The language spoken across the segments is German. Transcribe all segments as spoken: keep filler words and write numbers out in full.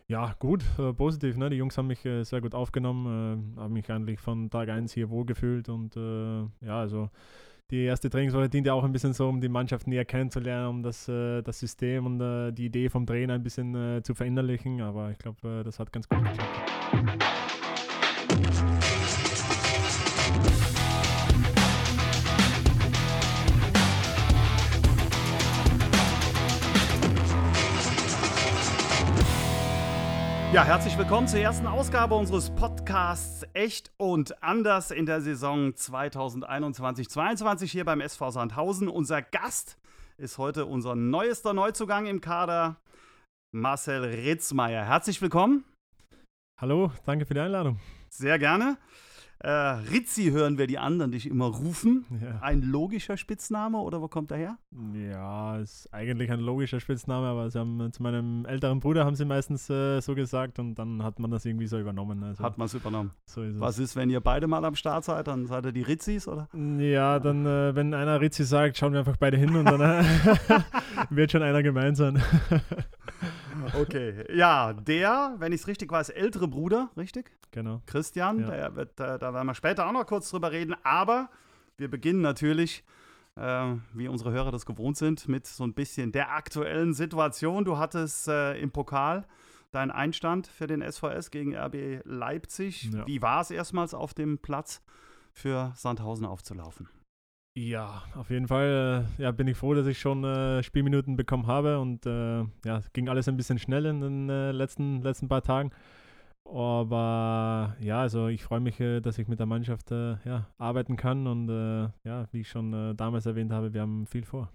Ja, gut, äh, positiv. Ne? Die Jungs haben mich äh, sehr gut aufgenommen, äh, haben mich eigentlich von Tag eins hier wohlgefühlt und äh, ja, also die erste Trainingswoche dient ja auch ein bisschen so, um die Mannschaft näher kennenzulernen, um das, äh, das System und äh, die Idee vom Trainer ein bisschen äh, zu verinnerlichen, aber ich glaube, äh, das hat ganz gut geklappt. Ja, herzlich willkommen zur ersten Ausgabe unseres Podcasts Echt und Anders in der Saison zweitausendeinundzwanzig zweiundzwanzig hier beim S V Sandhausen. Unser Gast ist heute unser neuester Neuzugang im Kader, Marcel Ritzmaier. Herzlich willkommen. Hallo, danke für die Einladung. Sehr gerne. Äh, Ritzi hören wir die anderen dich immer rufen. Ja. Ein logischer Spitzname oder wo kommt er her? Ja, ist eigentlich ein logischer Spitzname, aber sie haben, zu meinem älteren Bruder haben sie meistens äh, so gesagt und dann hat man das irgendwie so übernommen. Also, Hat man es übernommen. so ist es. Was ist, wenn ihr beide mal am Start seid? Dann seid ihr die Ritzis, oder? Ja, dann, äh, wenn einer Ritzi sagt, schauen wir einfach beide hin und dann äh, wird schon einer gemeint sein. Okay, ja, der, wenn ich es richtig weiß, ältere Bruder, richtig? Genau. Christian, Ja. der wird, äh, da werden wir später auch noch kurz drüber reden, aber wir beginnen natürlich, äh, wie unsere Hörer das gewohnt sind, mit so ein bisschen der aktuellen Situation. Du hattest äh, im Pokal deinen Einstand für den S V S gegen R B Leipzig. Ja. Wie war es erstmals auf dem Platz für Sandhausen aufzulaufen? Ja, auf jeden Fall äh, ja, bin ich froh, dass ich schon äh, Spielminuten bekommen habe und äh, ja, es ging alles ein bisschen schnell in den äh, letzten, letzten paar Tagen. Aber ja, also ich freue mich, äh, dass ich mit der Mannschaft äh, ja, arbeiten kann und äh, ja, wie ich schon äh, damals erwähnt habe, wir haben viel vor.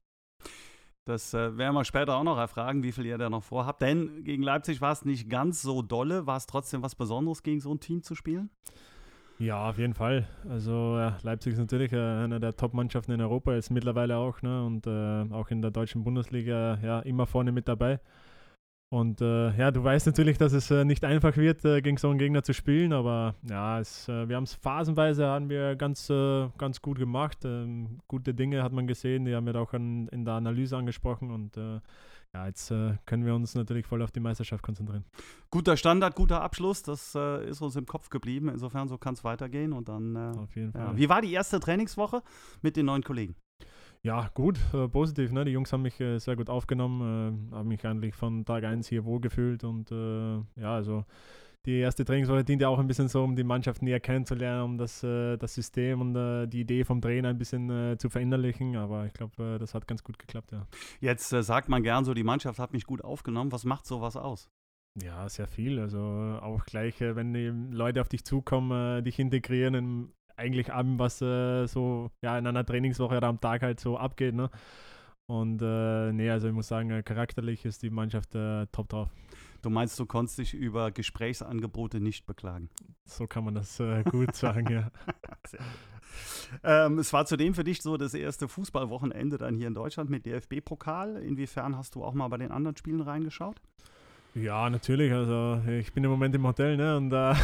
Das äh, werden wir später auch noch erfragen, wie viel ihr da noch vorhabt. Denn gegen Leipzig war es nicht ganz so dolle. War es trotzdem was Besonderes, gegen so ein Team zu spielen? Ja, auf jeden Fall. Also ja, Leipzig ist natürlich äh, eine der Top-Mannschaften in Europa, jetzt mittlerweile auch, ne? Und äh, auch in der deutschen Bundesliga ja immer vorne mit dabei. Und äh, ja, du weißt natürlich, dass es äh, nicht einfach wird, äh, gegen so einen Gegner zu spielen, aber ja, es, äh, wir haben es phasenweise haben wir ganz, äh, ganz gut gemacht. Ähm, gute Dinge hat man gesehen, die haben wir auch an, in der Analyse angesprochen und äh, ja, jetzt äh, können wir uns natürlich voll auf die Meisterschaft konzentrieren. Guter Standard, guter Abschluss, das äh, ist uns im Kopf geblieben. Insofern, so kann es weitergehen. Und dann, äh, Auf jeden Fall. ja. Wie war die erste Trainingswoche mit den neuen Kollegen? Ja, gut, äh, positiv. Ne? Die Jungs haben mich äh, sehr gut aufgenommen, äh, haben mich eigentlich von Tag eins hier wohlgefühlt und äh, ja, also die erste Trainingswoche dient ja auch ein bisschen so, um die Mannschaft näher kennenzulernen, um das, äh, das System und äh, die Idee vom Trainer ein bisschen äh, zu verinnerlichen, aber ich glaube, äh, das hat ganz gut geklappt, ja. Jetzt äh, sagt man gern so, die Mannschaft hat mich gut aufgenommen. Was macht sowas aus? Ja, sehr viel. Also auch gleich, äh, wenn die Leute auf dich zukommen, äh, dich integrieren in eigentlich allem, was äh, so ja, in einer Trainingswoche oder am Tag halt so abgeht. Ne? Und äh, nee, also ich muss sagen, äh, charakterlich ist die Mannschaft äh, top drauf. Du meinst, du konntest dich über Gesprächsangebote nicht beklagen? So kann man das äh, gut sagen, ja. Sehr gut. Ähm, es war zudem für dich so das erste Fußballwochenende dann hier in Deutschland mit D F B-Pokal. Inwiefern hast du auch mal bei den anderen Spielen reingeschaut? Ja, natürlich. Also ich bin im Moment im Hotel, ne? Und da,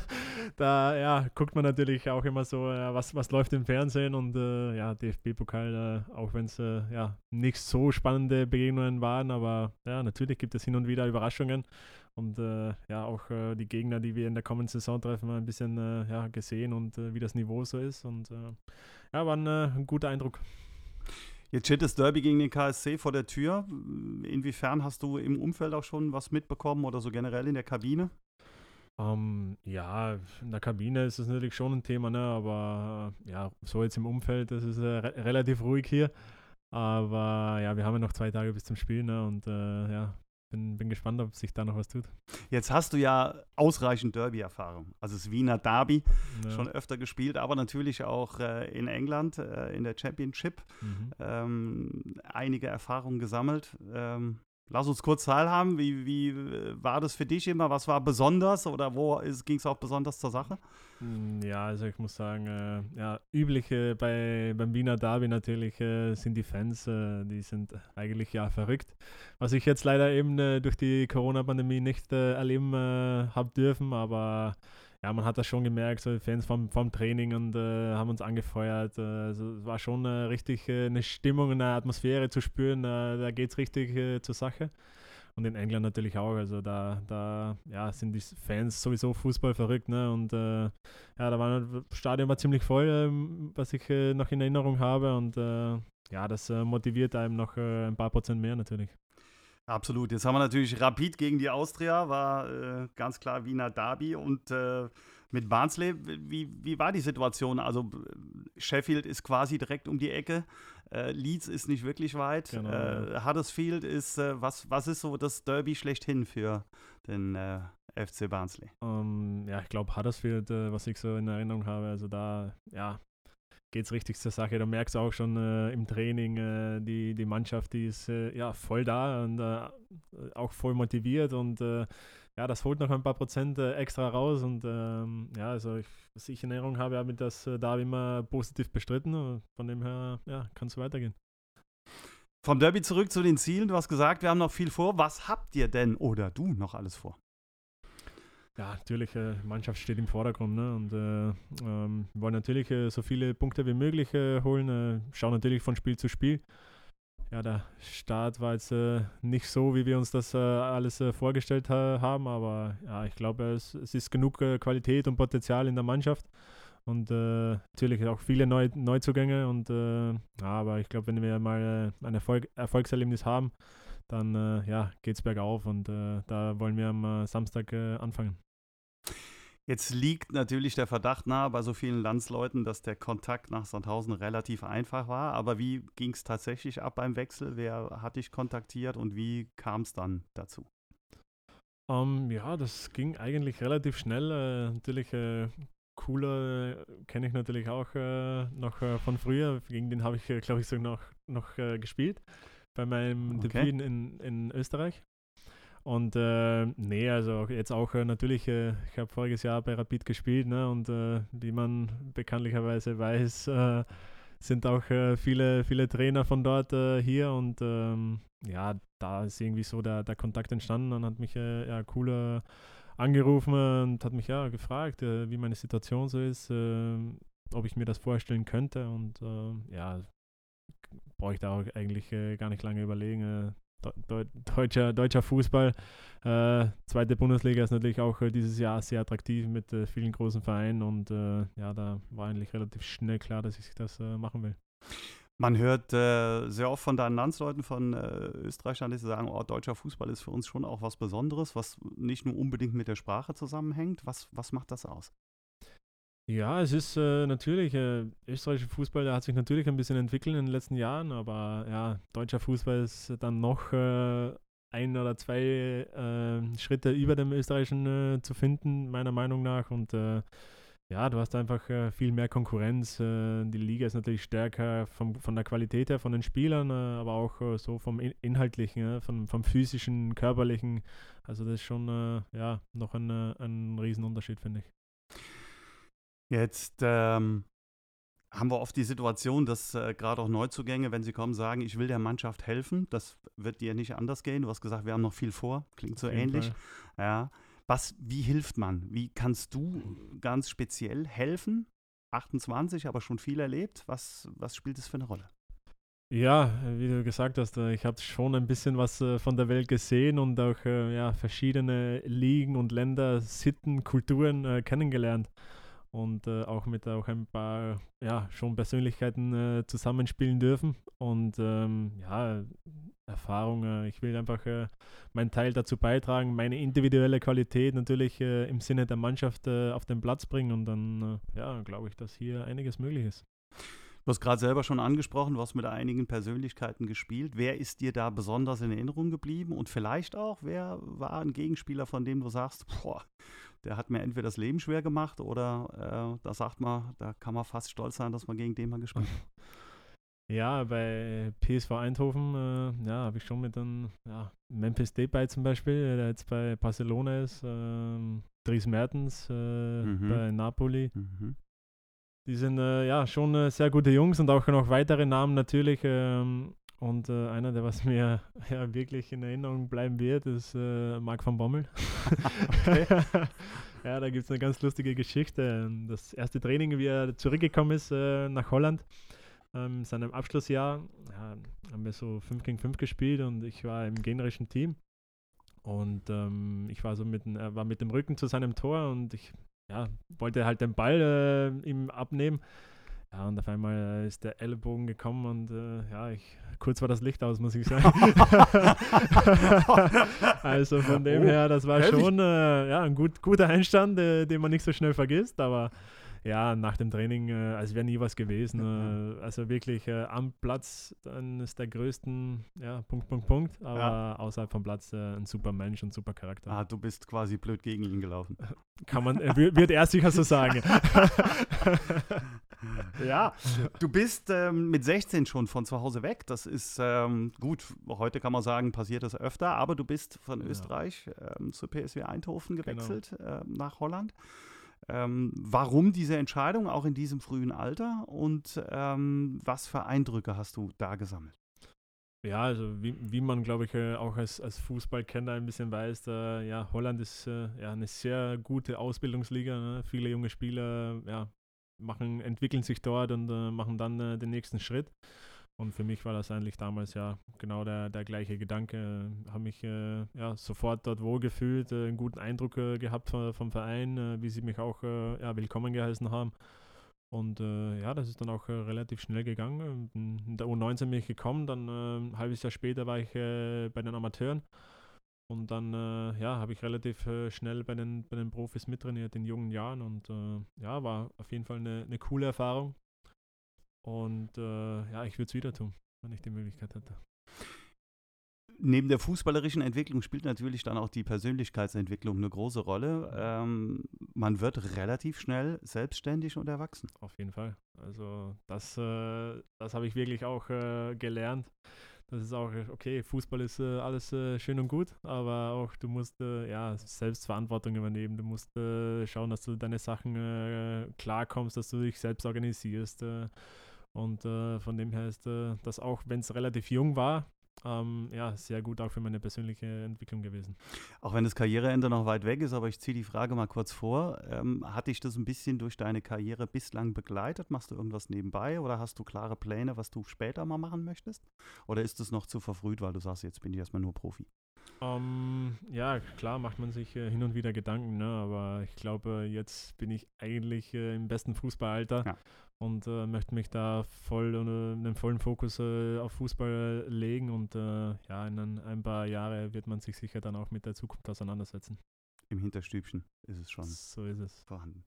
da ja, guckt man natürlich auch immer so, ja, was, was läuft im Fernsehen und äh, ja, D F B-Pokal, äh, auch wenn es äh, ja, nicht so spannende Begegnungen waren, aber ja, natürlich gibt es hin und wieder Überraschungen. Und äh, ja, auch äh, die Gegner, die wir in der kommenden Saison treffen, ein bisschen äh, ja, gesehen und äh, wie das Niveau so ist. Und äh, ja, war ein, äh, ein guter Eindruck. Jetzt steht das Derby gegen den K S C vor der Tür. Inwiefern hast du im Umfeld auch schon was mitbekommen oder so generell in der Kabine? Um, ja, in der Kabine ist es natürlich schon ein Thema, ne? Aber äh, ja, so jetzt im Umfeld, das ist äh, re- relativ ruhig hier. Aber ja, wir haben ja noch zwei Tage bis zum Spiel, ne? Und äh, ja, bin, bin gespannt, ob sich da noch was tut. Jetzt hast du ja ausreichend Derby-Erfahrung. Also das Wiener Derby, Ja. schon öfter gespielt, aber natürlich auch äh, in England, äh, in der Championship. Mhm. Ähm, einige Erfahrungen gesammelt. Ähm, lass uns kurz teilhaben. Wie, wie war das für dich immer? Was war besonders oder wo ging es auch besonders zur Sache? Ja, also ich muss sagen, äh, ja, üblich äh, bei, beim Wiener Derby natürlich äh, sind die Fans, äh, die sind eigentlich ja verrückt. Was ich jetzt leider eben äh, durch die Corona-Pandemie nicht äh, erleben äh, habe dürfen, aber ja, man hat das schon gemerkt, so die Fans vom, vom Training und äh, haben uns angefeuert. Äh, also es war schon äh, richtig äh, eine Stimmung, eine Atmosphäre zu spüren, äh, da geht es richtig äh, zur Sache. und in England natürlich auch. Also da, da ja, sind die Fans sowieso Fußball verrückt, ne? Und äh, ja, da war das Stadion war ziemlich voll, ähm, was ich äh, noch in Erinnerung habe. Und äh, ja, das äh, motiviert einem noch äh, ein paar Prozent mehr natürlich. Absolut. Jetzt haben wir natürlich Rapid gegen die Austria, war äh, ganz klar Wiener Derby. Und äh, mit Barnsley, wie, wie war die Situation? Also Sheffield ist quasi direkt um die Ecke, äh, Leeds ist nicht wirklich weit, Genau, äh, ja. Huddersfield ist, äh, was, was ist so das Derby schlechthin für den äh, F C Barnsley? Um, ja, ich glaube Huddersfield, äh, was ich so in Erinnerung habe, also da, ja, geht es richtig zur Sache. Da merkst du auch schon äh, im Training, äh, die, die Mannschaft, die ist äh, ja voll da und äh, auch voll motiviert und äh, ja, das holt noch ein paar Prozent äh, extra raus und ähm, ja, also ich, was ich in Erinnerung habe, habe ich das äh, da immer positiv bestritten und von dem her, ja, kann es weitergehen. Vom Derby zurück zu den Zielen. Du hast gesagt, wir haben noch viel vor. Was habt ihr denn oder du noch alles vor? Ja, natürlich, äh, Mannschaft steht im Vordergrund, ne? Und äh, ähm, wir wollen natürlich äh, so viele Punkte wie möglich äh, holen, äh, schauen natürlich von Spiel zu Spiel. Ja, der Start war jetzt äh, nicht so, wie wir uns das äh, alles äh, vorgestellt ha- haben, aber ja, ich glaube, es, es ist genug äh, Qualität und Potenzial in der Mannschaft und äh, natürlich auch viele Neu- Neuzugänge und äh, ja, aber ich glaube, wenn wir mal äh, ein Erfolg- Erfolgserlebnis haben, dann äh, ja, geht es bergauf und äh, da wollen wir am äh, Samstag äh, anfangen. Jetzt liegt natürlich der Verdacht nahe bei so vielen Landsleuten, dass der Kontakt nach Sandhausen relativ einfach war. Aber wie ging es tatsächlich ab beim Wechsel? Wer hat dich kontaktiert und wie kam es dann dazu? Um, ja, das ging eigentlich relativ schnell. Äh, natürlich, äh, Cooler kenne ich natürlich auch äh, noch äh, von früher. Gegen den habe ich, äh, glaube ich, so noch, noch äh, gespielt bei meinem Okay. Debüt in, in Österreich. Und äh, nee, also jetzt auch äh, natürlich, äh, ich habe voriges Jahr bei Rapid gespielt, ne? Und äh, wie man bekanntlicherweise weiß, äh, sind auch äh, viele, viele Trainer von dort äh, hier und ähm, ja, da ist irgendwie so der, der Kontakt entstanden. Dann hat mich äh, ja, Cooler angerufen und hat mich ja gefragt, äh, wie meine Situation so ist, äh, ob ich mir das vorstellen könnte und äh, ja, brauche ich da auch eigentlich äh, gar nicht lange überlegen. Äh, Deu deutscher, deutscher Fußball, äh, zweite Bundesliga ist natürlich auch äh, dieses Jahr sehr attraktiv mit äh, vielen großen Vereinen und äh, ja, da war eigentlich relativ schnell klar, dass ich das äh, machen will. Man hört äh, sehr oft von deinen Landsleuten, von äh, Österreichern, die sagen, oh, deutscher Fußball ist für uns schon auch was Besonderes, was nicht nur unbedingt mit der Sprache zusammenhängt. Was, was macht das aus? Ja, es ist äh, natürlich, äh, österreichischer Fußball, der hat sich natürlich ein bisschen entwickelt in den letzten Jahren, aber ja, deutscher Fußball ist dann noch äh, ein oder zwei äh, Schritte über dem österreichischen äh, zu finden, meiner Meinung nach. Und äh, ja, du hast einfach äh, viel mehr Konkurrenz. Äh, die Liga ist natürlich stärker vom, von der Qualität her, von den Spielern, äh, aber auch äh, so vom In Inhaltlichen, äh, vom, vom physischen, körperlichen. Also das ist schon äh, ja, noch ein, äh, ein Riesenunterschied, finde ich. Jetzt ähm, haben wir oft die Situation, dass äh, gerade auch Neuzugänge, wenn sie kommen, sagen, ich will der Mannschaft helfen. Das wird dir nicht anders gehen. Du hast gesagt, wir haben noch viel vor. Klingt so Auf jeden ähnlich. Fall. Ja. Was, wie hilft man? Wie kannst du ganz speziell helfen? achtundzwanzig, aber schon viel erlebt. Was, was spielt es für eine Rolle? Ja, wie du gesagt hast, äh, ich habe schon ein bisschen was äh, von der Welt gesehen und auch äh, ja, verschiedene Ligen und Länder, Sitten, Kulturen äh, kennengelernt und äh, auch mit auch ein paar ja, schon Persönlichkeiten äh, zusammenspielen dürfen und ähm, ja, Erfahrung, äh, ich will einfach äh, meinen Teil dazu beitragen, meine individuelle Qualität natürlich äh, im Sinne der Mannschaft äh, auf den Platz bringen und dann äh, ja, glaube ich, dass hier einiges möglich ist. Du hast gerade selber schon angesprochen, du hast mit einigen Persönlichkeiten gespielt. Wer ist dir da besonders in Erinnerung geblieben? Und vielleicht auch, wer war ein Gegenspieler, von dem du sagst, boah, der hat mir entweder das Leben schwer gemacht oder äh, da sagt man, da kann man fast stolz sein, dass man gegen den mal gespielt hat. Ja, bei P S V Eindhoven äh, ja, habe ich schon mit einem ja, Memphis Depay zum Beispiel, der jetzt bei Barcelona ist, ähm, Dries Mertens äh, Mhm. bei Napoli. Mhm. Die sind äh, ja schon äh, sehr gute Jungs und auch noch weitere Namen natürlich. Ähm, und äh, einer, der was mir ja wirklich in Erinnerung bleiben wird, ist äh, Marc van Bommel. Okay. Ja, da gibt es eine ganz lustige Geschichte. Das erste Training, wie er zurückgekommen ist äh, nach Holland, ähm, seinem Abschlussjahr, ja, haben wir so fünf gegen fünf gespielt und ich war im gegnerischen Team. Und ähm, ich war so mit, er war mit dem Rücken zu seinem Tor und ich ja, wollte halt den Ball äh, ihm abnehmen. Ja, und auf einmal ist der Ellenbogen gekommen und äh, ja, ich, kurz war das Licht aus, muss ich sagen. Also von dem oh, her, das war heavy. schon äh, ja, ein gut, guter Einstand, äh, den man nicht so schnell vergisst, aber ja, nach dem Training, äh, als wäre nie was gewesen. Äh, also wirklich äh, am Platz eines der größten, ja, Punkt, Punkt, Punkt, aber ja. außerhalb vom Platz äh, ein super Mensch und super Charakter. Ah, du bist quasi blöd gegen ihn gelaufen. Kann man, äh, wird er sicher so sagen. Ja, du bist ähm, mit sechzehn schon von zu Hause weg. Das ist ähm, gut, heute kann man sagen, passiert das öfter, aber du bist von ja. Österreich ähm, zur P S V Eindhoven gewechselt, genau. ähm, nach Holland. Ähm, warum diese Entscheidung, auch in diesem frühen Alter? Und ähm, was für Eindrücke hast du da gesammelt? Ja, also wie, wie man, glaube ich, äh, auch als, als Fußballkenner ein bisschen weiß, äh, ja, Holland ist äh, ja, eine sehr gute Ausbildungsliga. Ne? Viele junge Spieler ja, machen, entwickeln sich dort und äh, machen dann äh, den nächsten Schritt. Und für mich war das eigentlich damals ja genau der, der gleiche Gedanke. Habe mich äh, ja, sofort dort wohlgefühlt, äh, einen guten Eindruck äh, gehabt vom, vom Verein, äh, wie sie mich auch äh, ja, willkommen geheißen haben. Und äh, ja, das ist dann auch äh, relativ schnell gegangen. In der U neunzehn bin ich gekommen, dann äh, ein halbes Jahr später war ich äh, bei den Amateuren. Und dann äh, ja, habe ich relativ äh, schnell bei den, bei den Profis mittrainiert in jungen Jahren. Und äh, ja, war auf jeden Fall eine, eine coole Erfahrung. Und äh, ja, ich würde es wieder tun, wenn ich die Möglichkeit hätte. Neben der fußballerischen Entwicklung spielt natürlich dann auch die Persönlichkeitsentwicklung eine große Rolle. Ähm, man wird relativ schnell selbstständig und erwachsen. Auf jeden Fall. Also das, äh, das habe ich wirklich auch äh, gelernt. Das ist auch, okay, Fußball ist äh, alles äh, schön und gut, aber auch du musst äh, ja, Selbstverantwortung übernehmen. Du musst äh, schauen, dass du deine Sachen äh, klarkommst, dass du dich selbst organisierst. Äh, Und äh, von dem her ist äh, das auch, wenn es relativ jung war, ähm, ja, sehr gut auch für meine persönliche Entwicklung gewesen. Auch wenn das Karriereende noch weit weg ist, aber ich ziehe die Frage mal kurz vor. Ähm, hat dich das ein bisschen durch deine Karriere bislang begleitet? Machst du irgendwas nebenbei oder hast du klare Pläne, was du später mal machen möchtest? Oder ist es noch zu verfrüht, weil du sagst, jetzt bin ich erstmal nur Profi? Um, ja, klar macht man sich äh, hin und wieder Gedanken, ne? Aber ich glaube, jetzt bin ich eigentlich äh, im besten Fußballalter ja. und äh, möchte mich da voll äh, einen vollen Fokus äh, auf Fußball äh, legen und äh, ja, in ein, ein paar Jahre wird man sich sicher dann auch mit der Zukunft auseinandersetzen. Im Hinterstübchen ist es schon so ist es. vorhanden.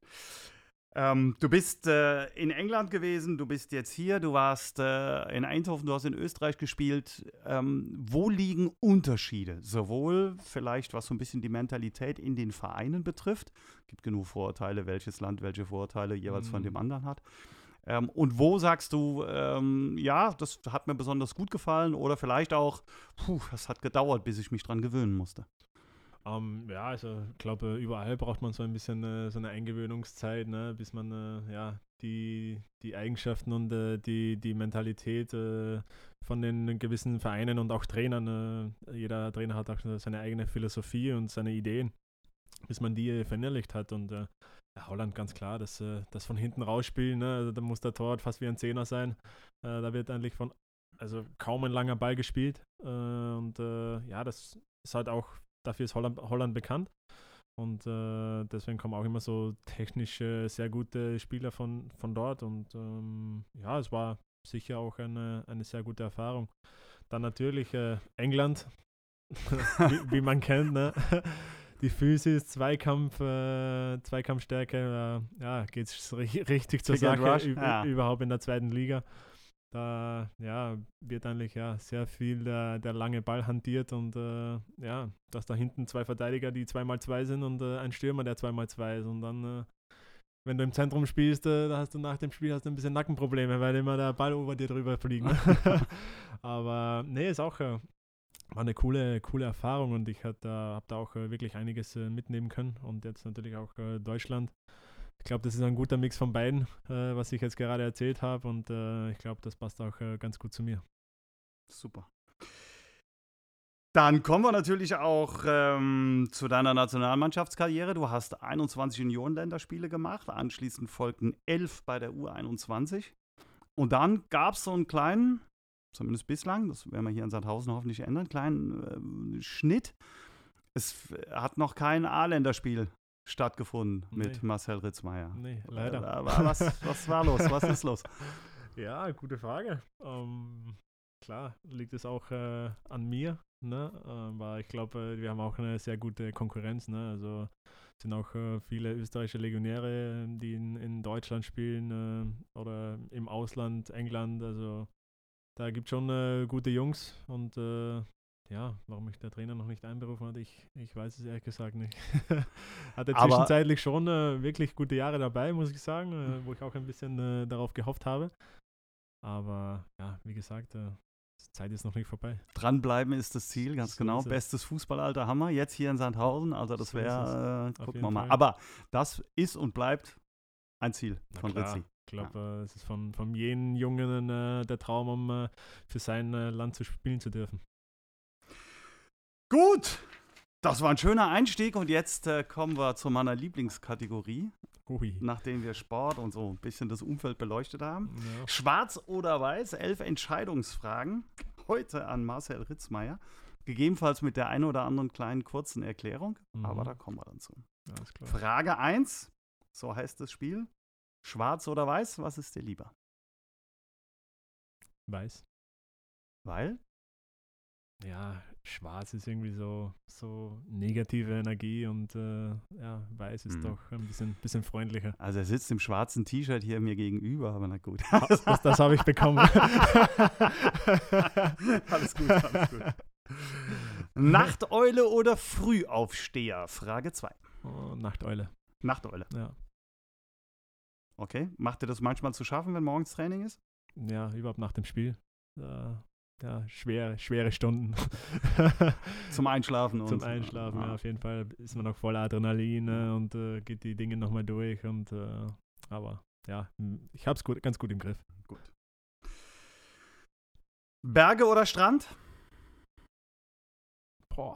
Ähm, du bist äh, in England gewesen, du bist jetzt hier, du warst äh, in Eindhoven, du hast in Österreich gespielt. Ähm, wo liegen Unterschiede? Sowohl vielleicht, was so ein bisschen die Mentalität in den Vereinen betrifft. Es gibt genug Vorurteile, welches Land welche Vorurteile jeweils mhm. von dem anderen hat. Ähm, und wo sagst du, ähm, ja, das hat mir besonders gut gefallen oder vielleicht auch, puh, das hat gedauert, bis ich mich dran gewöhnen musste? Um, ja, also ich glaube, überall braucht man so ein bisschen äh, so eine Eingewöhnungszeit, ne, bis man äh, ja, die, die Eigenschaften und äh, die, die Mentalität äh, von den gewissen Vereinen und auch Trainern, äh, jeder Trainer hat auch seine eigene Philosophie und seine Ideen, bis man die verinnerlicht hat. Und äh, ja, Holland ganz klar, das, äh, das von hinten rausspielen, ne, also da muss der Torwart fast wie ein Zehner sein. Äh, da wird eigentlich von, also kaum ein langer Ball gespielt. Äh, und äh, ja, das ist halt auch dafür ist Holland, Holland bekannt und äh, deswegen kommen auch immer so technisch äh, sehr gute Spieler von, von dort und ähm, ja, es war sicher auch eine, eine sehr gute Erfahrung. Dann natürlich äh, England, wie, wie man kennt, ne? Die Physis, Zweikampf, äh, Zweikampfstärke, äh, ja, geht es richtig zur Sache, ü- ja. überhaupt in der zweiten Liga. Da ja, wird eigentlich ja, sehr viel der, der lange Ball hantiert und äh, ja, dass da hinten zwei Verteidiger, die zwei mal zwei sind und äh, ein Stürmer, der zwei mal zwei ist. Und dann, äh, wenn du im Zentrum spielst, äh, da hast du nach dem Spiel hast du ein bisschen Nackenprobleme, weil immer der Ball über dir drüber fliegt. Aber nee, ist auch äh, war eine coole, coole Erfahrung und ich habe da auch äh, wirklich einiges äh, mitnehmen können. Und jetzt natürlich auch äh, Deutschland. Ich glaube, das ist ein guter Mix von beiden, äh, was ich jetzt gerade erzählt habe und äh, ich glaube, das passt auch äh, ganz gut zu mir. Super. Dann kommen wir natürlich auch ähm, zu deiner Nationalmannschaftskarriere. Du hast einundzwanzig Juniorenländerspiele gemacht, anschließend folgten elf bei der U einundzwanzig. Und dann gab es so einen kleinen, zumindest bislang, das werden wir hier in Sandhausen hoffentlich ändern, kleinen äh, Schnitt. Es hat noch kein A-Länderspiel stattgefunden mit Nee. Marcel Ritzmeier. Nee, leider. Äh, Was, was war los? Was ist los? Ja, gute Frage. Ähm, klar, liegt es auch äh, an mir, ne? Ähm, aber ich glaube, äh, wir haben auch eine sehr gute Konkurrenz, ne? Also es sind auch äh, viele österreichische Legionäre, die in, in Deutschland spielen äh, oder im Ausland, England. Also da gibt es schon äh, gute Jungs und äh, ja, warum mich der Trainer noch nicht einberufen hat, ich, ich weiß es ehrlich gesagt nicht. Hatte Aber- zwischenzeitlich schon äh, wirklich gute Jahre dabei, muss ich sagen, äh, wo ich auch ein bisschen äh, darauf gehofft habe. Aber ja, wie gesagt, äh, die Zeit ist noch nicht vorbei. Dranbleiben ist das Ziel, ganz So genau. ist es. Bestes Fußballalter haben wir jetzt hier in Sandhausen. Also das So ist wäre, äh, Auf gucken jeden wir mal. Fall. Aber das ist und bleibt ein Ziel Na von klar, Ritzi. ich glaube, äh, es ist von, von jedem Jungen äh, der Traum, um äh, für sein äh, Land zu spielen zu dürfen. Gut, das war ein schöner Einstieg und jetzt äh, kommen wir zu meiner Lieblingskategorie, Hui. nachdem wir Sport und so ein bisschen das Umfeld beleuchtet haben. Ja. Schwarz oder weiß, elf Entscheidungsfragen. Heute an Marcel Ritzmeier. Gegebenenfalls mit der einen oder anderen kleinen kurzen Erklärung, Mhm. aber da kommen wir dann zu. Alles klar. Frage eins, so heißt das Spiel. Schwarz oder weiß, was ist dir lieber? Weiß. Weil? Ja, schwarz ist irgendwie so, so negative Energie und äh, ja, weiß ist Mhm. doch ein bisschen, bisschen freundlicher. Also er sitzt im schwarzen T-Shirt hier mir gegenüber, aber na gut. Das, das habe ich bekommen. Alles gut, alles gut. Nachteule oder Frühaufsteher? Frage zwei. Oh, Nachteule, Nachteule. ja. Okay. Macht ihr das manchmal zu schaffen, wenn morgens Training ist? Ja, überhaupt nach dem Spiel. Äh, ja, schwere, schwere Stunden. Zum Einschlafen und Zum Einschlafen, ja, auf jeden Fall ist man noch voller Adrenalin äh, und äh, geht die Dinge nochmal durch. Und, äh, aber ja, m- ich habe es gut, ganz gut im Griff. Gut. Berge oder Strand? Boah.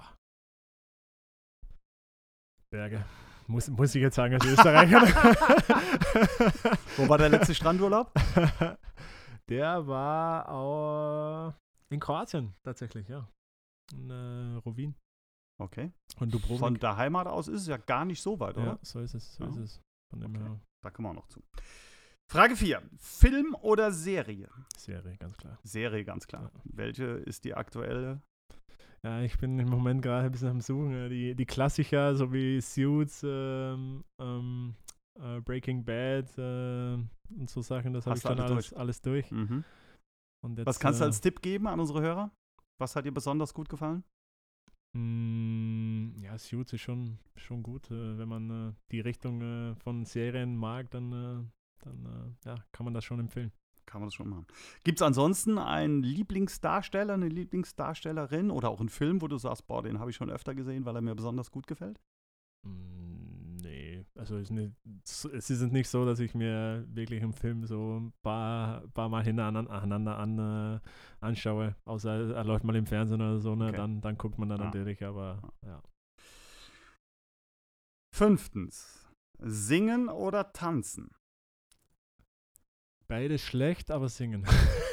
Berge. Muss, muss ich jetzt sagen, als Österreicher. Wo war der letzte Strandurlaub? Der war auch in Kroatien tatsächlich, ja. In äh, Rovin. Okay. Und Dubrovnik. Von der Heimat aus ist es ja gar nicht so weit, oder? Ja, so ist es, so Ja. ist es. Von dem Okay. her Da kommen wir auch noch zu. Frage vier. Film oder Serie? Serie, ganz klar. Serie, ganz klar. Ja. Welche ist die aktuelle? Ja, ich bin im Moment gerade ein bisschen am Suchen. ja. Die, die Klassiker, so wie Suits, ähm, ähm, äh, Breaking Bad äh, und so Sachen, das habe Hast ich du schon alles alles, alles durch. Mhm. Und jetzt, Was kannst du äh, als Tipp geben an unsere Hörer? Was hat dir besonders gut gefallen? Mm, ja, Suits ist schon, schon gut. Äh, wenn man äh, die Richtung äh, von Serien mag, dann, äh, dann äh, ja, kann man das schon empfehlen. Kann man das schon machen. Gibt es ansonsten einen Lieblingsdarsteller, eine Lieblingsdarstellerin oder auch einen Film, wo du sagst, boah, den habe ich schon öfter gesehen, weil er mir besonders gut gefällt? Mm, nee, also ist nicht, es ist nicht so, dass ich mir wirklich im Film so ein paar, paar Mal hintereinander an, äh, anschaue, außer er läuft mal im Fernsehen oder so, ne? Okay. dann, dann guckt man dann Ah. natürlich, aber ja. Fünftens. Singen oder tanzen? Beides schlecht, aber singen.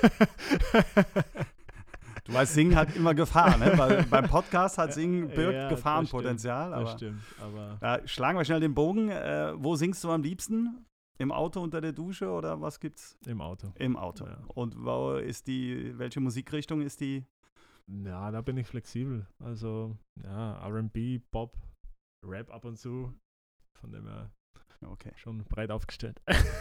Du weißt, Singen hat immer Gefahr, ne? Weil beim Podcast hat Singen birgt Ja, das Gefahrenpotenzial. Das Aber stimmt, aber ja, schlagen wir schnell den Bogen. Äh, wo singst du am liebsten? Im Auto unter der Dusche oder was gibt's? im Auto. Im Auto. Ja. Und wo ist die, welche Musikrichtung ist die? Ja, da bin ich flexibel. Also, ja, R and B, Pop, Rap ab und zu. Von dem her Okay. schon breit aufgestellt.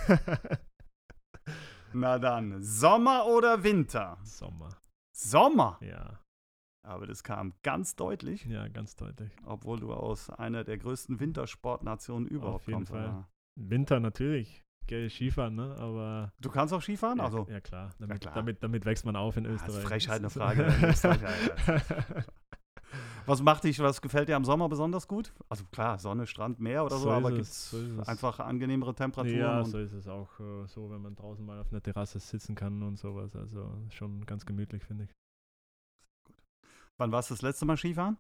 Na dann, Sommer oder Winter? Sommer, Sommer! ja. Aber das kam ganz deutlich, Ja, ganz deutlich. obwohl du aus einer der größten Wintersportnationen überhaupt Auf jeden kommst. Fall. oder? Winter natürlich. Gehe Skifahren, ne? Aber. Du kannst auch Skifahren? Ja, Also, ja klar. Damit, klar. Damit, damit wächst man auf in Ah, Österreich. ist Frechheit eine Frage. in Österreich, ja, ja. Was macht dich, was gefällt dir am Sommer besonders gut? Also klar, Sonne, Strand, Meer oder so, So ist aber es, gibt es so ist es. einfach angenehmere Temperaturen? Ja, und so ist es auch äh, so, wenn man draußen mal auf einer Terrasse sitzen kann und sowas. Also schon ganz gemütlich, finde ich. Wann warst du das letzte Mal Skifahren?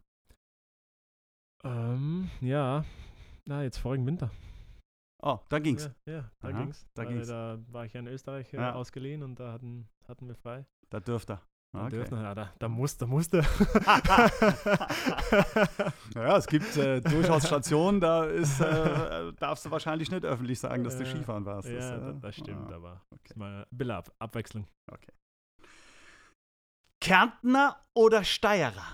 Ähm, ja, na, jetzt vorigen Winter. Oh, da ging's. Ja, ja da Aha, ging's. da Weil ging's. Da war ich ja in Österreich äh, Ja. ausgeliehen und da hatten, hatten wir frei. Da dürft ihr. Okay. Ja, da, da muss, da musste. Ja, es gibt äh, durchaus Stationen, da ist, äh, darfst du wahrscheinlich nicht öffentlich sagen, dass du Ja, Skifahren warst. Ja, das, das, äh, das stimmt, ah, aber okay. mal ein bisschen Ab Abwechslung. Okay. Kärntner oder Steirer?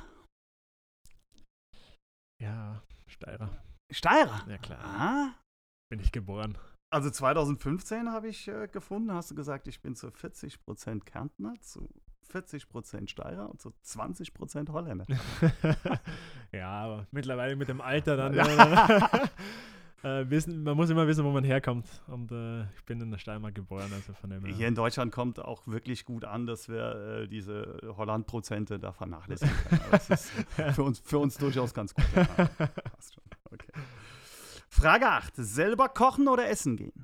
Ja, Steirer. Steirer? Ja, klar. Ah. Bin ich geboren. Also zwanzig fünfzehn habe ich äh, gefunden, hast du gesagt, ich bin zu vierzig Prozent Kärntner, zu vierzig Prozent Steirer und zu zwanzig Prozent Holländer. Ja, aber mittlerweile mit dem Alter dann. Ja. äh, wissen, man muss immer wissen, wo man herkommt. Und äh, ich bin in der Steiermark geboren, also von dem her. Hier in Deutschland kommt auch wirklich gut an, dass wir äh, diese Holland-Prozente da vernachlässigen können. Aber das ist für uns, für uns durchaus ganz gut. Ja, passt schon. Okay. Frage acht. Selber kochen oder essen gehen?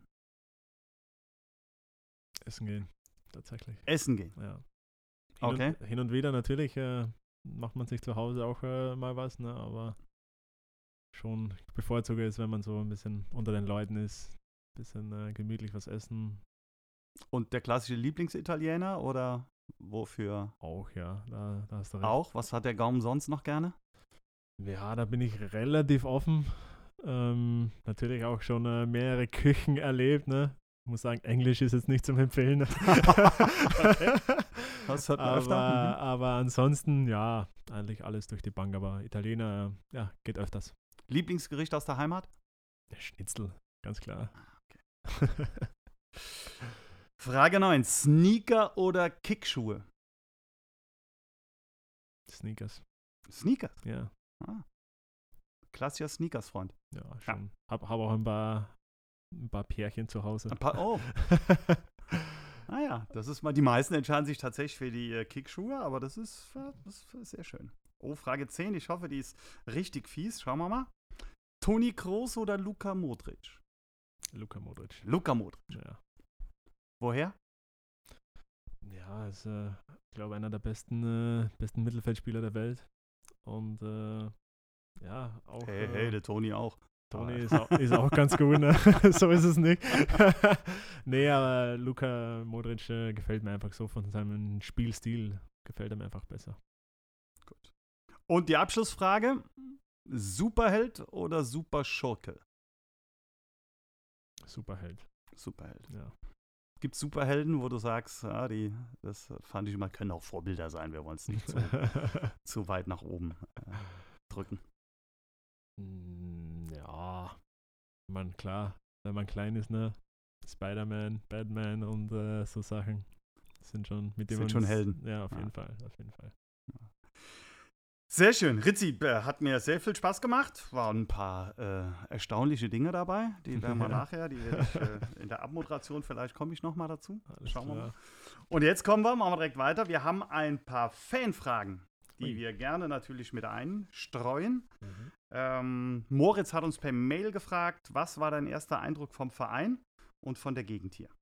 Essen gehen, tatsächlich. Essen gehen. Ja. Hin, Okay. und, hin und wieder natürlich äh, macht man sich zu Hause auch äh, mal was, ne? Aber schon ich bevorzuge es, wenn man so ein bisschen unter den Leuten ist, ein bisschen äh, gemütlich was essen. Und der klassische Lieblingsitaliener oder wofür? Auch, ja, da, da hast du recht. Auch? Was hat der Gaumen sonst noch gerne? Ja, da bin ich relativ offen. Ähm, natürlich auch schon äh, mehrere Küchen erlebt, ne? Ich muss sagen, Englisch ist jetzt nicht zum Empfehlen. Okay. Das hört man aber, öfter. Mhm. aber ansonsten, ja, eigentlich alles durch die Bank. Aber Italiener, äh, ja, geht öfters. Lieblingsgericht aus der Heimat? Der Schnitzel, ganz klar. Frage neun. Sneaker oder Kickschuhe? Sneakers, Sneakers. ja. Ah. Klassischer Sneakers-Freund. Ja, schon. Hab, hab auch ein paar, ein paar Pärchen zu Hause. Ein paar, oh. Naja, das ist mal, die meisten entscheiden sich tatsächlich für die äh, Kickschuhe, aber das ist, äh, das ist sehr schön. Oh, Frage zehn. Ich hoffe, die ist richtig fies. Schauen wir mal. Toni Kroos oder Luka Modric? Luka Modric. Luka Modric. Ja, Woher? ja ist, äh, ich glaube, einer der besten, äh, besten Mittelfeldspieler der Welt. Und äh, ja, auch. Hey, äh, hey, der Toni auch. Toni Ah. ist auch, ist auch ganz gut, ne? So ist es nicht. Nee, aber Luka Modric äh, gefällt mir einfach so von seinem Spielstil. Gefällt er mir einfach besser. Gut. Und die Abschlussfrage. Superheld oder Superschurke? Superheld. Superheld. Ja. Gibt es Superhelden, wo du sagst, ja, die, das fand ich immer, können auch Vorbilder sein, wir wollen es nicht zu, zu weit nach oben äh, drücken. Mm, ja, man, klar, wenn man klein ist, ne? Spider-Man, Batman und äh, so Sachen sind schon mit dem Sind man schon das- Helden. Ja, auf Ja. jeden Fall, auf jeden Fall. Sehr schön. Ritzi, äh, hat mir sehr viel Spaß gemacht. Waren ein paar äh, erstaunliche Dinge dabei. Die werden wir Ja. nachher, die werde ich äh, in der Abmoderation, vielleicht komme ich nochmal dazu. Alles Schauen wir klar. mal. Und jetzt kommen wir, machen wir direkt weiter. Wir haben ein paar Fanfragen, die Ui. wir gerne natürlich mit einstreuen. Mhm. Ähm, Moritz hat uns per Mail gefragt, was war dein erster Eindruck vom Verein und von der Gegend hier?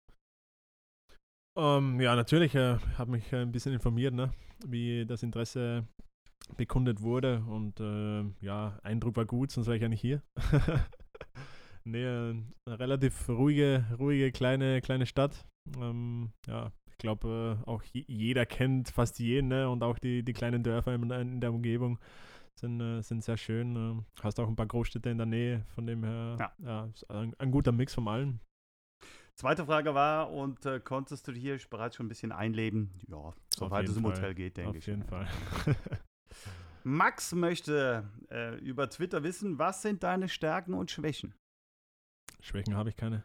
Ähm, ja, natürlich, äh, habe mich äh, ein bisschen informiert, ne? Wie das Interesse bekundet wurde und äh, ja, Eindruck war gut, sonst wäre ich ja nicht hier. Nee, äh, eine relativ ruhige, ruhige kleine, kleine Stadt. Ähm, ja, ich glaube, äh, auch je- jeder kennt fast jeden, ne? Und auch die, die kleinen Dörfer in, in der Umgebung sind, äh, sind sehr schön. Äh, hast auch ein paar Großstädte in der Nähe, von dem her, Ja. ja, ist ein, ein guter Mix von allem. Zweite Frage war, und äh, konntest du hier bereits schon ein bisschen einleben? Ja, soweit es jeden im Fall. Hotel geht, denke Auf ich. jeden Fall. Max möchte äh, über Twitter wissen, was sind deine Stärken und Schwächen? Schwächen habe ich keine.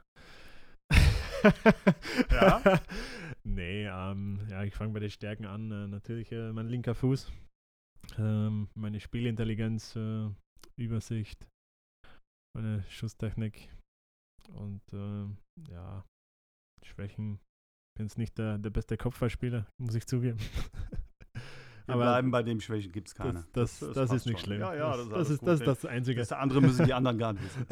Ja? Nee, ähm, ja, ich fange bei den Stärken an. Äh, natürlich äh, mein linker Fuß, ähm, meine Spielintelligenz, äh, Übersicht, meine Schusstechnik und äh, ja, Schwächen. Ich bin jetzt nicht der, der beste Kopfballspieler, muss ich zugeben. Wir bleiben bei dem Schwächen, gibt es keine. Das, das, das, passt ist nicht schon. schlimm. Ja, ja, das, das, das, ist, ist, das ist das Einzige. Das andere müssen die anderen gar nicht wissen.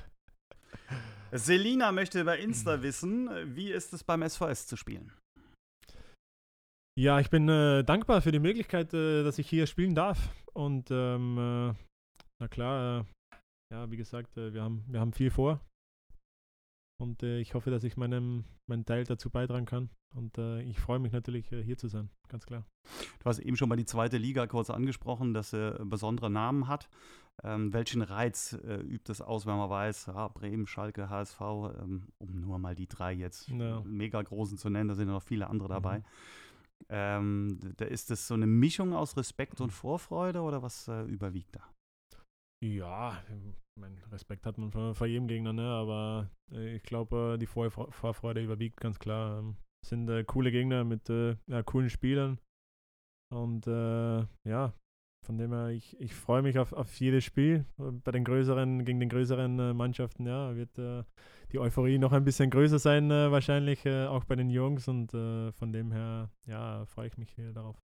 Selina möchte über Insta wissen, wie ist es beim S V S zu spielen? Ja, ich bin äh, dankbar für die Möglichkeit, äh, dass ich hier spielen darf. Und ähm, äh, na klar, äh, ja, wie gesagt, äh, wir, haben, wir haben viel vor. Und äh, ich hoffe, dass ich meinem, meinen Teil dazu beitragen kann. Und äh, ich freue mich natürlich, äh, hier zu sein, ganz klar. Du hast eben schon mal die zweite Liga kurz angesprochen, dass sie besondere Namen hat. Ähm, welchen Reiz äh, übt es aus, wenn man weiß, ja, Bremen, Schalke, H S V, ähm, um nur mal die drei jetzt Ja. mega großen zu nennen, da sind ja noch viele andere dabei. Mhm. Ähm, da ist das so eine Mischung aus Respekt und Vorfreude oder was äh, überwiegt da? Ja, mein Respekt hat man vor, vor jedem Gegner, ne? Aber äh, ich glaube, äh, die Vor Vorfreude überwiegt ganz klar. Ähm, sind äh, coole Gegner mit äh, ja, coolen Spielern. Und äh, ja, von dem her, ich, ich freue mich auf, auf jedes Spiel. Bei den größeren, gegen den größeren äh, Mannschaften, ja, wird äh, die Euphorie noch ein bisschen größer sein, äh, wahrscheinlich, äh, auch bei den Jungs. Und äh, von dem her, ja, freue ich mich wieder darauf.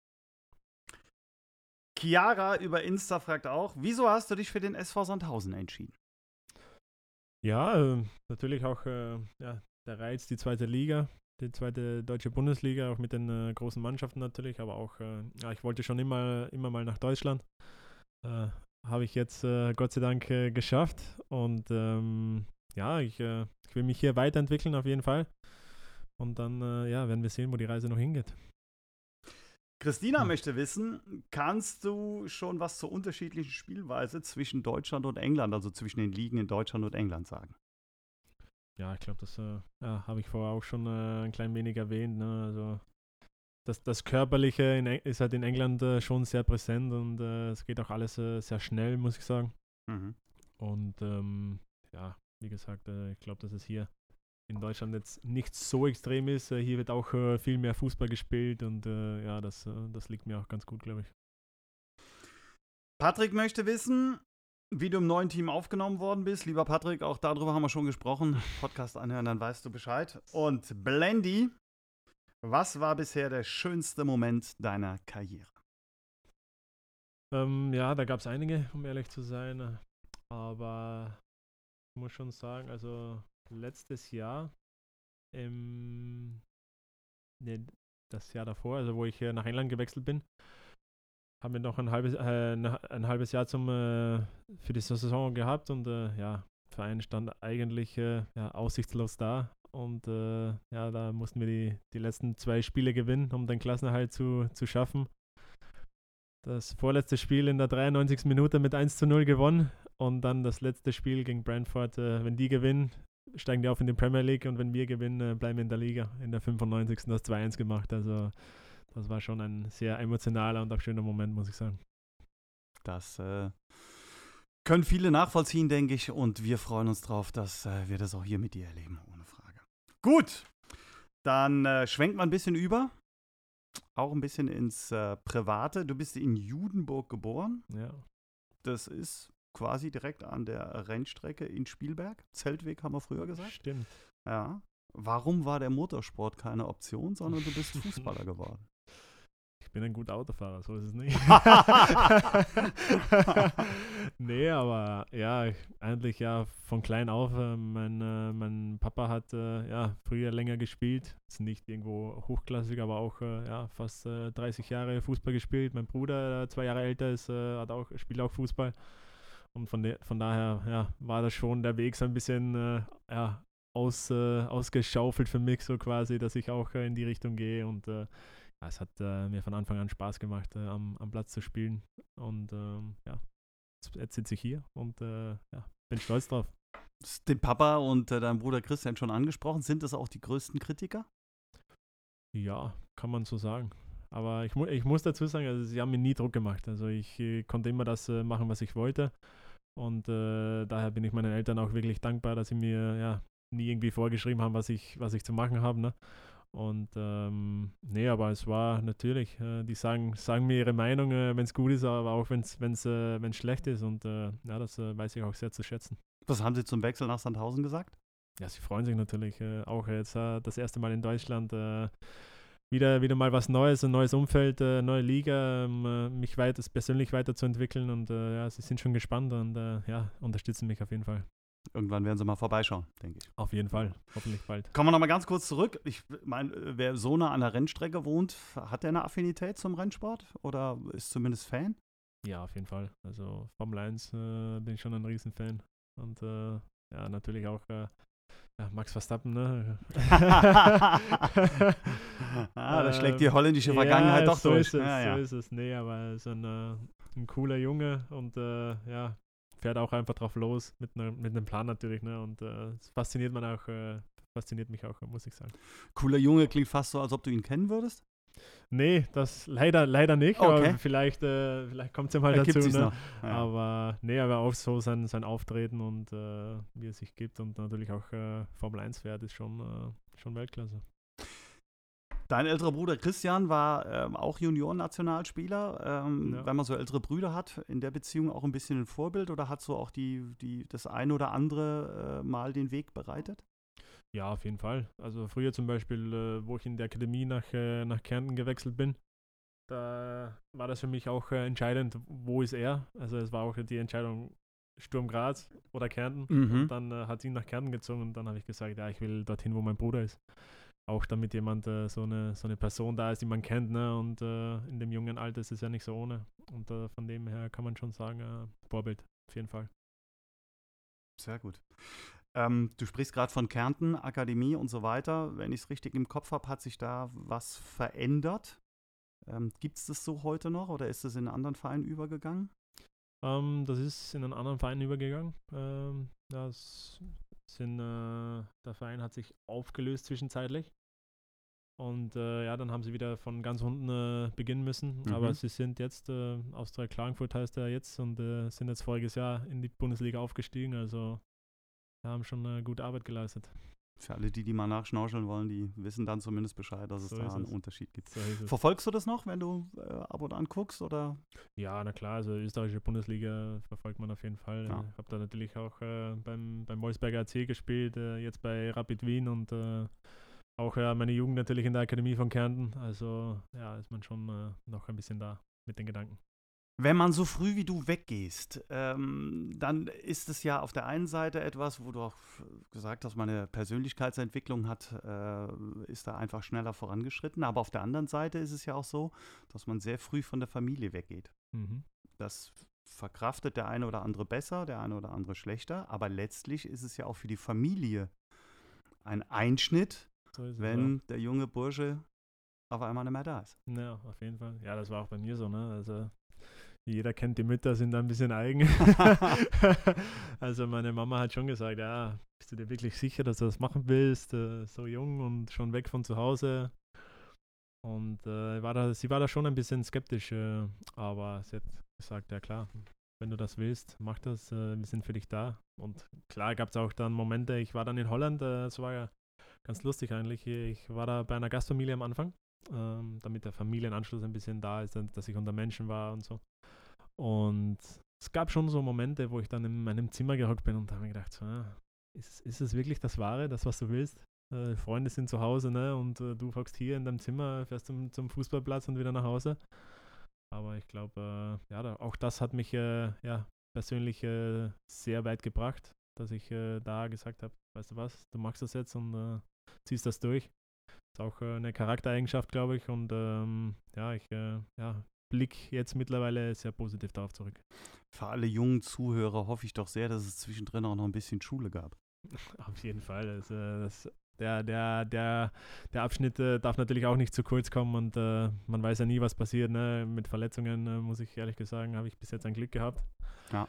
Chiara über Insta fragt auch, wieso hast du dich für den S V Sandhausen entschieden? Ja, äh, natürlich auch äh, ja, der Reiz, die zweite Liga, die zweite deutsche Bundesliga, auch mit den äh, großen Mannschaften natürlich, aber auch, äh, ja, ich wollte schon immer, immer mal nach Deutschland. Äh, Habe ich jetzt äh, Gott sei Dank äh, geschafft und ähm, ja, ich, äh, ich will mich hier weiterentwickeln auf jeden Fall und dann äh, ja, werden wir sehen, wo die Reise noch hingeht. Christina Hm. möchte wissen, kannst du schon was zur unterschiedlichen Spielweise zwischen Deutschland und England, also zwischen den Ligen in Deutschland und England sagen? Ja, ich glaube, das äh, ja, habe ich vorher auch schon äh, ein klein wenig erwähnt. Ne? Also das, das Körperliche in, Eng- ist halt in England äh, schon sehr präsent und äh, es geht auch alles äh, sehr schnell, muss ich sagen. Mhm. Und ähm, ja, wie gesagt, äh, ich glaube, dass es hier in Deutschland jetzt nicht so extrem ist. Äh, hier wird auch äh, viel mehr Fußball gespielt und äh, ja, das, äh, das liegt mir auch ganz gut, glaube ich. Patrick möchte wissen, wie du im neuen Team aufgenommen worden bist. Lieber Patrick, auch darüber haben wir schon gesprochen. Podcast anhören, dann weißt du Bescheid. Und Blendy, was war bisher der schönste Moment deiner Karriere? Ähm, ja, da gab es einige, um ehrlich zu sein. Aber ich muss schon sagen, also letztes Jahr, im, nee, das Jahr davor, also wo ich äh, nach England gewechselt bin, haben wir noch ein halbes, äh, ein halbes Jahr zum, äh, für die Saison gehabt und äh, ja, der Verein stand eigentlich äh, ja, aussichtslos da und äh, ja, da mussten wir die, die letzten zwei Spiele gewinnen, um den Klassenerhalt zu, zu schaffen. Das vorletzte Spiel in der dreiundneunzigsten Minute mit eins zu null gewonnen und dann das letzte Spiel gegen Brentford, äh, wenn die gewinnen, steigen die auf in die Premier League und wenn wir gewinnen, äh, bleiben wir in der Liga. In der fünfundneunzigsten das zwei eins gemacht, also das war schon ein sehr emotionaler und auch schöner Moment, muss ich sagen. Das äh, können viele nachvollziehen, denke ich. Und wir freuen uns drauf, dass äh, wir das auch hier mit dir erleben, ohne Frage. Gut, dann äh, schwenkt man ein bisschen über. Auch ein bisschen ins äh, Private. Du bist in Judenburg geboren. Ja. Das ist quasi direkt an der Rennstrecke in Spielberg. Zeltweg haben wir früher gesagt. Stimmt. Ja. Warum war der Motorsport keine Option, sondern du bist Fußballer geworden? Ich bin ein guter Autofahrer, so ist es nicht. Nee, aber ja, ich, eigentlich ja von klein auf. Äh, mein, äh, mein Papa hat äh, ja früher länger gespielt. Ist nicht irgendwo hochklassig, aber auch äh, ja, fast äh, dreißig Jahre Fußball gespielt. Mein Bruder, der zwei Jahre älter ist, äh, hat auch, spielt auch Fußball. Und von, de von daher ja, war das schon der Weg so ein bisschen äh, ja, aus, äh, ausgeschaufelt für mich, so quasi, dass ich auch äh, in die Richtung gehe. Und äh, ja, es hat äh, mir von Anfang an Spaß gemacht, äh, am, am Platz zu spielen. Und ähm, ja, jetzt, jetzt sitze ich hier und äh, ja, bin stolz drauf. Den Papa und äh, dein Bruder Christian schon angesprochen. Sind das auch die größten Kritiker? Ja, kann man so sagen. Aber ich, mu ich muss dazu sagen, also sie haben mir nie Druck gemacht. Also ich äh, konnte immer das äh, machen, was ich wollte. Und äh, daher bin ich meinen Eltern auch wirklich dankbar, dass sie mir ja nie irgendwie vorgeschrieben haben, was ich, was ich zu machen habe. Ne? Und ähm, nee, aber es war natürlich, äh, die sagen, sagen mir ihre Meinung, äh, wenn es gut ist, aber auch wenn es äh, schlecht ist. Und äh, ja, das äh, weiß ich auch sehr zu schätzen. Was haben sie zum Wechsel nach Sandhausen gesagt? Ja, sie freuen sich natürlich äh, auch jetzt äh, das erste Mal in Deutschland. Äh, wieder, wieder mal was Neues, ein neues Umfeld, äh, neue Liga, ähm, äh, mich weiter, persönlich weiterzuentwickeln. Und äh, ja, sie sind schon gespannt und äh, ja, unterstützen mich auf jeden Fall. Irgendwann werden sie mal vorbeischauen, denke ich. Auf jeden Fall, hoffentlich bald. Kommen wir noch mal ganz kurz zurück. Ich meine, wer so nah an der Rennstrecke wohnt, hat der eine Affinität zum Rennsport oder ist zumindest Fan? Ja, auf jeden Fall. Also Formel eins äh, bin ich schon ein Riesenfan. Und äh, ja, natürlich auch äh, ja, Max Verstappen, ne? ah, da schlägt die holländische Vergangenheit ja, doch so durch. Ist es, ja, ja. So ist es. Nee, aber so ein, äh, ein cooler Junge und äh, ja, fährt auch einfach drauf los, mit, ne, mit einem Plan natürlich, ne? Und äh, das fasziniert man auch, äh, fasziniert mich auch, muss ich sagen. Cooler Junge klingt fast so, als ob du ihn kennen würdest. Nee, das leider, leider nicht, okay. aber vielleicht, äh, vielleicht kommt es ja mal da dazu. Ne? Ja. Aber nee, aber auch so sein, sein Auftreten und äh, wie es sich gibt und natürlich auch äh, Formel eins fährt, ist schon, äh, schon Weltklasse. Dein älterer Bruder Christian war ähm, auch Junioren-Nationalspieler. Ähm, ja. Wenn man so ältere Brüder hat, in der Beziehung auch ein bisschen ein Vorbild oder hat so auch die, die, das ein oder andere äh, Mal den Weg bereitet? Ja, auf jeden Fall. Also früher zum Beispiel, äh, wo ich in der Akademie nach, äh, nach Kärnten gewechselt bin, da war das für mich auch äh, entscheidend, wo ist er. Also es war auch die Entscheidung Sturm Graz oder Kärnten. Mhm. Und dann äh, hat sie ihn nach Kärnten gezogen und dann habe ich gesagt, ja, ich will dorthin, wo mein Bruder ist. Auch damit jemand, äh, so, eine, so eine Person da ist, die man kennt. Ne? Und äh, in dem jungen Alter ist es ja nicht so ohne. Und äh, von dem her kann man schon sagen, äh, Vorbild, auf jeden Fall. Sehr gut. Ähm, du sprichst gerade von Kärnten, Akademie und so weiter. Wenn ich es richtig im Kopf habe, hat sich da was verändert? Ähm, Gibt es das so heute noch oder ist es in einen anderen Verein übergegangen? Ähm, das ist in einen anderen Verein übergegangen. Ähm, das sind, äh, der Verein hat sich aufgelöst zwischenzeitlich. Und äh, ja, dann haben sie wieder von ganz unten äh, beginnen müssen. Mhm. Aber sie sind jetzt, äh, Austria Klagenfurt heißt er jetzt, und äh, sind jetzt voriges Jahr in die Bundesliga aufgestiegen. Also wir haben schon äh, gute Arbeit geleistet. Für alle, die, die mal nachschnorcheln wollen, die wissen dann zumindest Bescheid, dass so es da einen es. Unterschied gibt. So Verfolgst du das noch, wenn du äh, ab und an guckst? Oder? Ja, na klar, also österreichische Bundesliga verfolgt man auf jeden Fall. Ja. Ich habe da natürlich auch äh, beim, beim Wolfsberger A C gespielt, äh, jetzt bei Rapid Wien und äh, auch äh, meine Jugend natürlich in der Akademie von Kärnten. Also ja, ist man schon äh, noch ein bisschen da mit den Gedanken. Wenn man so früh wie du weggehst, ähm, dann ist es ja auf der einen Seite etwas, wo du auch gesagt hast, meine Persönlichkeitsentwicklung hat, äh, ist da einfach schneller vorangeschritten. Aber auf der anderen Seite ist es ja auch so, dass man sehr früh von der Familie weggeht. Mhm. Das verkraftet der eine oder andere besser, der eine oder andere schlechter. Aber letztlich ist es ja auch für die Familie ein Einschnitt, so ist es, wenn ja. der junge Bursche auf einmal nicht mehr da ist. Ja, auf jeden Fall. Ja, das war auch bei mir so, ne? Also jeder kennt die Mütter, sind da ein bisschen eigen. Also meine Mama hat schon gesagt, ja, bist du dir wirklich sicher, dass du das machen willst? Äh, so jung und schon weg von zu Hause. Und äh, war da, sie war da schon ein bisschen skeptisch, äh, aber sie hat gesagt, ja klar, wenn du das willst, mach das, äh, wir sind für dich da. Und klar gab es auch dann Momente, ich war dann in Holland, es äh, war ja ganz lustig eigentlich, ich war da bei einer Gastfamilie am Anfang, ähm, damit der Familienanschluss ein bisschen da ist, dass ich unter Menschen war und so. Und es gab schon so Momente, wo ich dann in meinem Zimmer gehockt bin und habe mir gedacht, so, ja, ist, ist es wirklich das Wahre, das, was du willst? Äh, Freunde sind zu Hause, ne? Und äh, du hockst hier in deinem Zimmer, fährst zum, zum Fußballplatz und wieder nach Hause. Aber ich glaube, äh, ja, da, auch das hat mich äh, ja, persönlich äh, sehr weit gebracht, dass ich äh, da gesagt habe, weißt du was, du machst das jetzt und äh, ziehst das durch. Ist auch äh, eine Charaktereigenschaft, glaube ich. Und ähm, ja, ich äh, ja, blick jetzt mittlerweile sehr positiv darauf zurück. Für alle jungen Zuhörer hoffe ich doch sehr, dass es zwischendrin auch noch ein bisschen Schule gab. Auf jeden Fall. Also, das, der, der, der, der Abschnitt äh, darf natürlich auch nicht zu kurz kommen und äh, man weiß ja nie, was passiert. Ne? Mit Verletzungen, äh, muss ich ehrlich sagen, habe ich bis jetzt ein Glück gehabt. Ja.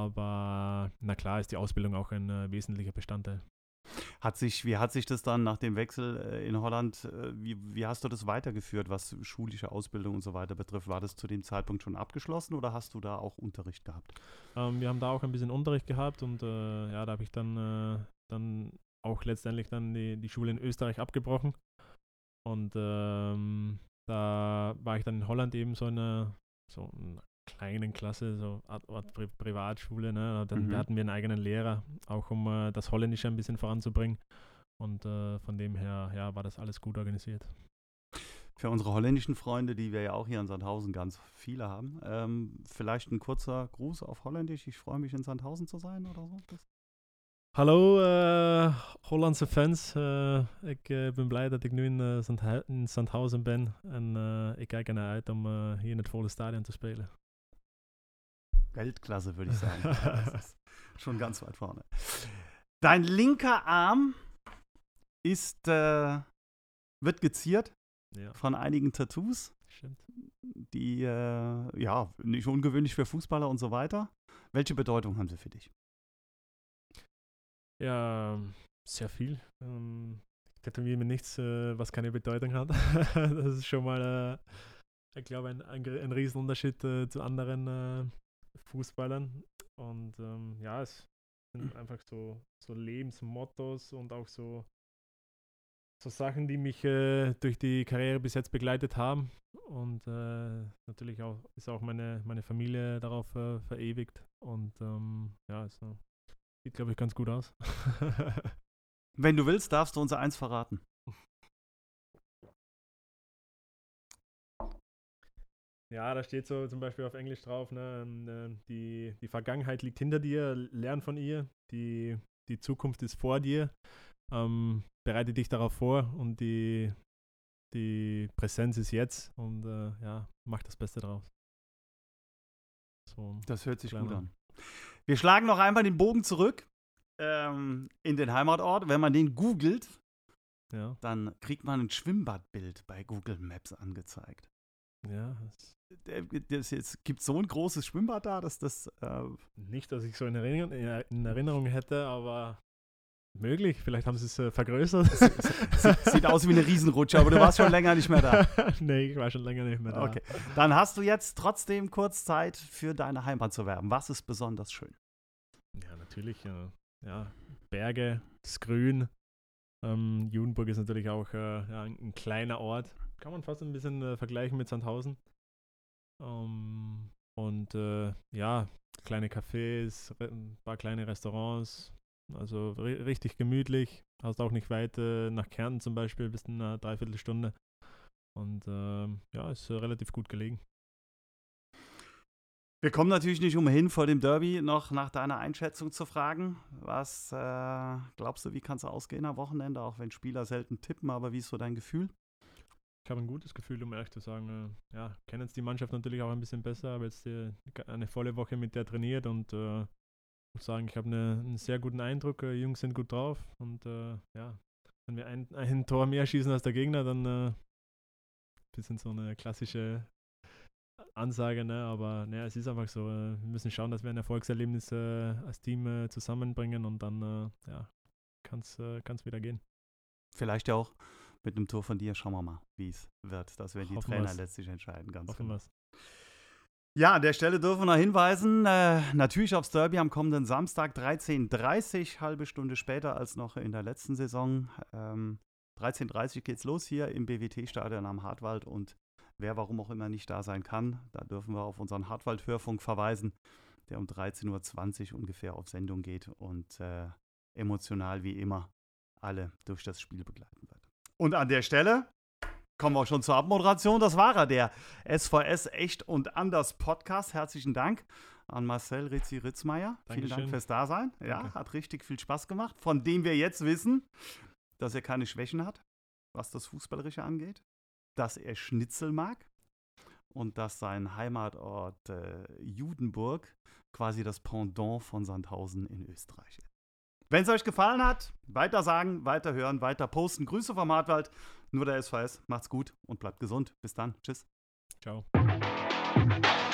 Aber na klar ist die Ausbildung auch ein äh, wesentlicher Bestandteil. Hat sich, wie hat sich das dann nach dem Wechsel äh, in Holland, äh, wie, wie hast du das weitergeführt, was schulische Ausbildung und so weiter betrifft? War das zu dem Zeitpunkt schon abgeschlossen oder hast du da auch Unterricht gehabt? Ähm, wir haben da auch ein bisschen Unterricht gehabt und äh, ja, da habe ich dann, äh, dann auch letztendlich dann die, die Schule in Österreich abgebrochen. Und ähm, da war ich dann in Holland eben so in einer, so einer kleinen Klasse, so Art, Art Pri- Privatschule. Ne? Dann Mhm. hatten wir einen eigenen Lehrer, auch um äh, das Holländische ein bisschen voranzubringen. Und äh, von dem her ja, war das alles gut organisiert. Für unsere holländischen Freunde, die wir ja auch hier in Sandhausen ganz viele haben, ähm, vielleicht ein kurzer Gruß auf Holländisch. Ich freue mich, in Sandhausen zu sein oder so. Das Hallo uh, Hollandse fans, uh, ik uh, ben blij dat ik nu in, uh, Zandhu- in Sandhausen ben en uh, ik kijk ernaar uit om uh, hier in het volle Stadion te spelen. Weltklasse, würde ich sagen. Das ist schon ganz weit vorne. Dein linker Arm ist, äh, wird geziert Ja, von einigen Tattoos, stimmt. die, äh, ja, nicht ungewöhnlich für Fußballer und so weiter. Welche Bedeutung haben sie für dich? Ja, sehr viel. Ähm, ich tätowiere mir nichts, äh, was keine Bedeutung hat. Das ist schon mal, äh, ich glaube, ein, ein, ein Riesenunterschied äh, zu anderen äh, Fußballern. Und ähm, ja, es sind einfach so, so Lebensmottos und auch so, so Sachen, die mich äh, durch die Karriere bis jetzt begleitet haben. Und äh, natürlich auch ist auch meine, meine Familie darauf äh, verewigt. Und ähm, ja, also, sieht, glaube ich, ganz gut aus. Wenn du willst, darfst du uns eins verraten. Ja, da steht so zum Beispiel auf Englisch drauf, ne, äh, die, die Vergangenheit liegt hinter dir, lern von ihr, die, die Zukunft ist vor dir, ähm, bereite dich darauf vor und die, die Präsenz ist jetzt und äh, ja, mach das Beste draus. So, Das hört sich kleiner. gut an. Wir schlagen noch einmal den Bogen zurück ähm, in den Heimatort. Wenn man den googelt, Ja, dann kriegt man ein Schwimmbadbild bei Google Maps angezeigt. ja, das, Es gibt so ein großes Schwimmbad da, dass das. Äh, nicht, dass ich so in Erinnerung, in Erinnerung hätte, aber möglich. Vielleicht haben sie es äh, vergrößert. sieht, sieht aus wie eine Riesenrutsche, aber du warst schon länger nicht mehr da. Nee, ich war schon länger nicht mehr da. Okay. Dann hast du jetzt trotzdem kurz Zeit, für deine Heimat zu werben. Was ist besonders schön? Ja, natürlich. Äh, ja, Berge, das Grün. Ähm, Judenburg ist natürlich auch äh, ja, ein, ein kleiner Ort. Kann man fast ein bisschen äh, vergleichen mit Sandhausen. Ähm, und äh, ja, kleine Cafés, re- ein paar kleine Restaurants. Also ri- richtig gemütlich. Hast auch nicht weit äh, nach Kärnten zum Beispiel, bis in einer Dreiviertelstunde. Und ähm, ja, ist äh, relativ gut gelegen. Wir kommen natürlich nicht umhin, vor dem Derby noch nach deiner Einschätzung zu fragen. Was äh, glaubst du, wie kann es ausgehen am Wochenende, auch wenn Spieler selten tippen, aber wie ist so dein Gefühl? Ich habe ein gutes Gefühl, um ehrlich zu sagen. Äh, ja, kennen jetzt die Mannschaft natürlich auch ein bisschen besser, aber jetzt äh, eine volle Woche mit der trainiert und äh, muss sagen, ich habe eine, einen sehr guten Eindruck. Die Jungs sind gut drauf und äh, ja, wenn wir ein, ein Tor mehr schießen als der Gegner, dann äh, bisschen so eine klassische Ansage, ne? Aber ne, es ist einfach so. Äh, wir müssen schauen, dass wir ein Erfolgserlebnis äh, als Team äh, zusammenbringen und dann äh, ja, kann es äh, wieder gehen. Vielleicht ja auch mit einem Tor von dir. Schauen wir mal, wie es wird. Das werden die Hoffen Trainer wir's. letztlich entscheiden. Ganz Hoffen genau. wir's. Ja, an der Stelle dürfen wir noch hinweisen, äh, natürlich aufs Derby am kommenden Samstag, dreizehn Uhr dreißig, halbe Stunde später als noch in der letzten Saison. Ähm, dreizehn Uhr dreißig geht's los hier im B W T-Stadion am Hartwald und wer warum auch immer nicht da sein kann, da dürfen wir auf unseren Hartwald-Hörfunk verweisen, der um dreizehn Uhr zwanzig ungefähr auf Sendung geht und äh, emotional wie immer alle durch das Spiel begleiten wird. Und an der Stelle kommen wir auch schon zur Abmoderation. Das war er, der S V S Echt und Anders Podcast. Herzlichen Dank an Marcel Ritzi-Ritzmeier. Vielen Dank fürs Dasein. Ja, Danke. hat richtig viel Spaß gemacht, von dem wir jetzt wissen, dass er keine Schwächen hat, was das Fußballerische angeht, dass er Schnitzel mag und dass sein Heimatort äh, Judenburg quasi das Pendant von Sandhausen in Österreich ist. Wenn es euch gefallen hat, weiter sagen, weiter hören, weiter posten. Grüße vom Hartwald, nur der S V S. Macht's gut und bleibt gesund. Bis dann. Tschüss. Ciao.